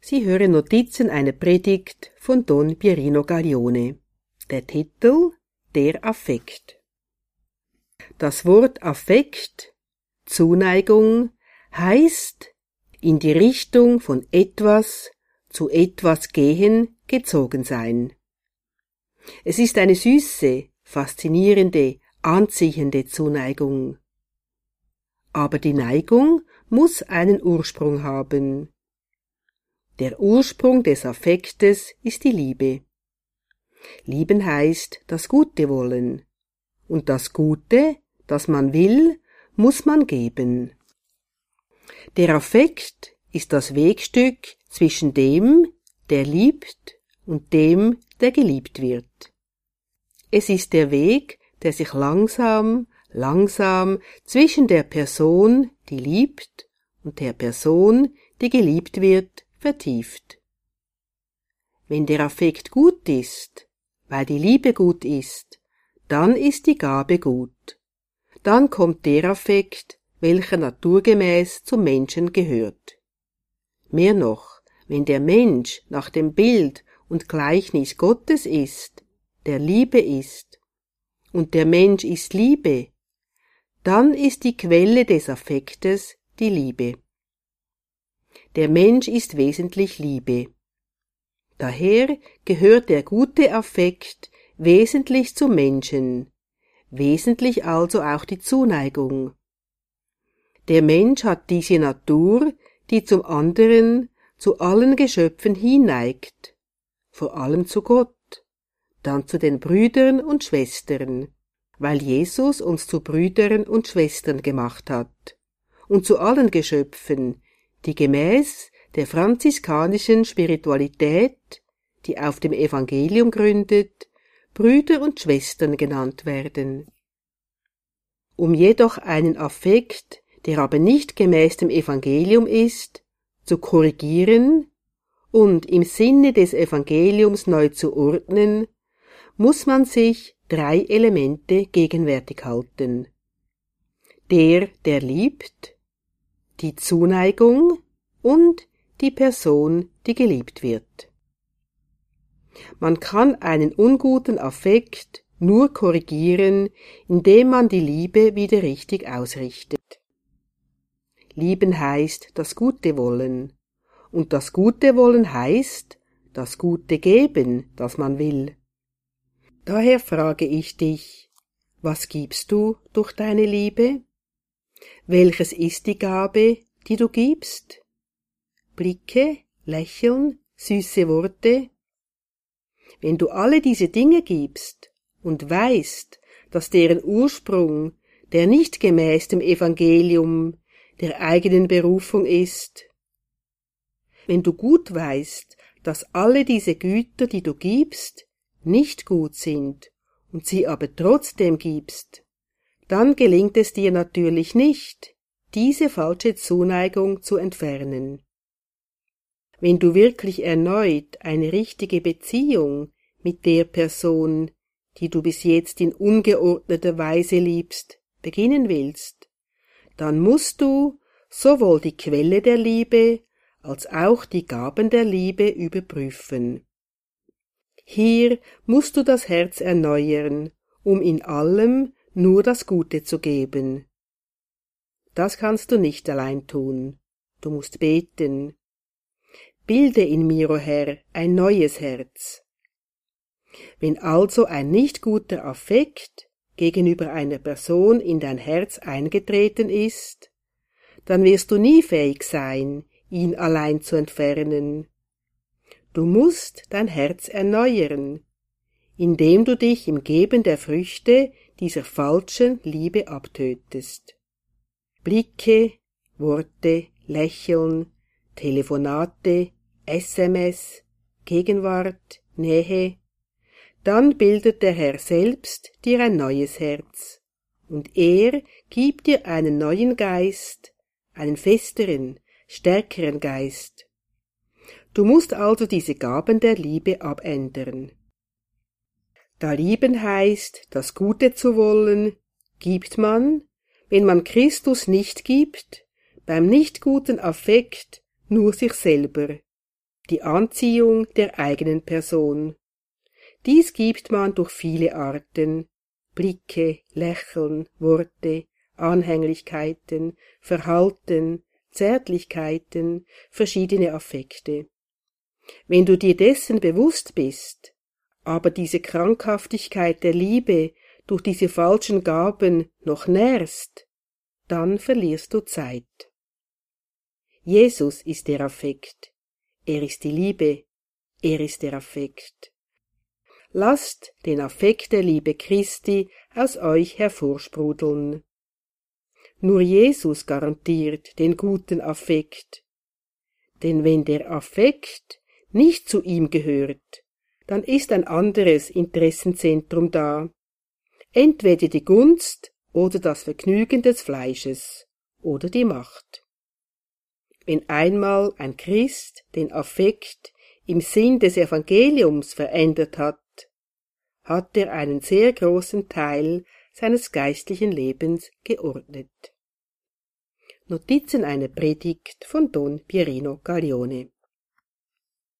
Sie hören Notizen einer Predigt von Don Pierino Gaglione. Der Titel: Der Affekt. Das Wort Affekt, Zuneigung, heißt in die Richtung von etwas zu etwas gehen, gezogen sein. Es ist eine süße, faszinierende, anziehende Zuneigung. Aber die Neigung muss einen Ursprung haben. Der Ursprung des Affektes ist die Liebe. Lieben heißt das Gute wollen. Und das Gute, das man will, muss man geben. Der Affekt ist das Wegstück zwischen dem, der liebt, und dem, der geliebt wird. Es ist der Weg, der sich langsam zwischen der Person, die liebt, und der Person, die geliebt wird, vertieft. Wenn der Affekt gut ist, weil die Liebe gut ist, dann ist die Gabe gut. Dann kommt der Affekt, welcher naturgemäß zum Menschen gehört. Mehr noch, wenn der Mensch nach dem Bild und Gleichnis Gottes ist, der Liebe ist, und der Mensch ist Liebe, dann ist die Quelle des Affektes die Liebe. Der Mensch ist wesentlich Liebe. Daher gehört der gute Affekt wesentlich zum Menschen, wesentlich also auch die Zuneigung. Der Mensch hat diese Natur, die zum anderen, zu allen Geschöpfen hinneigt, vor allem zu Gott, dann zu den Brüdern und Schwestern, weil Jesus uns zu Brüdern und Schwestern gemacht hat, und zu allen Geschöpfen, die gemäß der franziskanischen Spiritualität, die auf dem Evangelium gründet, Brüder und Schwestern genannt werden. Um jedoch einen Affekt, der aber nicht gemäß dem Evangelium ist, zu korrigieren und im Sinne des Evangeliums neu zu ordnen, muss man sich 3 Elemente gegenwärtig halten. Der liebt, die Zuneigung und die Person, die geliebt wird. Man kann einen unguten Affekt nur korrigieren, indem man die Liebe wieder richtig ausrichtet. Lieben heißt das Gute wollen, und das Gute wollen heißt das Gute geben, das man will. Daher frage ich dich, was gibst du durch deine Liebe? Welches ist die Gabe, die du gibst? Blicke, Lächeln, süße Worte? Wenn du alle diese Dinge gibst und weißt, dass deren Ursprung, der nicht gemäß dem Evangelium, der eigenen Berufung ist, wenn du gut weißt, dass alle diese Güter, die du gibst, nicht gut sind und sie aber trotzdem gibst, dann gelingt es dir natürlich nicht, diese falsche Zuneigung zu entfernen. Wenn du wirklich erneut eine richtige Beziehung mit der Person, die du bis jetzt in ungeordneter Weise liebst, beginnen willst, dann musst du sowohl die Quelle der Liebe als auch die Gaben der Liebe überprüfen. Hier musst du das Herz erneuern, um in allem nur das Gute zu geben. Das kannst du nicht allein tun. Du musst beten. Bilde in mir, o Herr, ein neues Herz. Wenn also ein nicht guter Affekt gegenüber einer Person in dein Herz eingetreten ist, dann wirst du nie fähig sein, ihn allein zu entfernen. Du musst dein Herz erneuern, indem du dich im Geben der Früchte dieser falschen Liebe abtötest. Blicke, Worte, Lächeln, Telefonate, SMS, Gegenwart, Nähe, dann bildet der Herr selbst dir ein neues Herz, und er gibt dir einen neuen Geist, einen festeren, stärkeren Geist. Du musst also diese Gaben der Liebe abändern. Da lieben heißt, das Gute zu wollen, gibt man, wenn man Christus nicht gibt, beim nicht guten Affekt nur sich selber. die Anziehung der eigenen Person. Dies gibt man durch viele Arten: Blicke, Lächeln, Worte, Anhänglichkeiten, Verhalten, Zärtlichkeiten, verschiedene Affekte. Wenn du dir dessen bewusst bist, aber diese Krankhaftigkeit der Liebe durch diese falschen Gaben noch nährst, dann verlierst du Zeit. Jesus ist der Affekt, er ist die Liebe, er ist der Affekt. Lasst den Affekt der Liebe Christi aus euch hervorsprudeln. Nur Jesus garantiert den guten Affekt. Denn wenn der Affekt nicht zu ihm gehört, dann ist ein anderes Interessenzentrum da. Entweder die Gunst oder das Vergnügen des Fleisches oder die Macht. Wenn einmal ein Christ den Affekt im Sinn des Evangeliums verändert hat, hat er einen sehr großen Teil seines geistlichen Lebens geordnet. Notizen einer Predigt von Don Pierino Gaglione.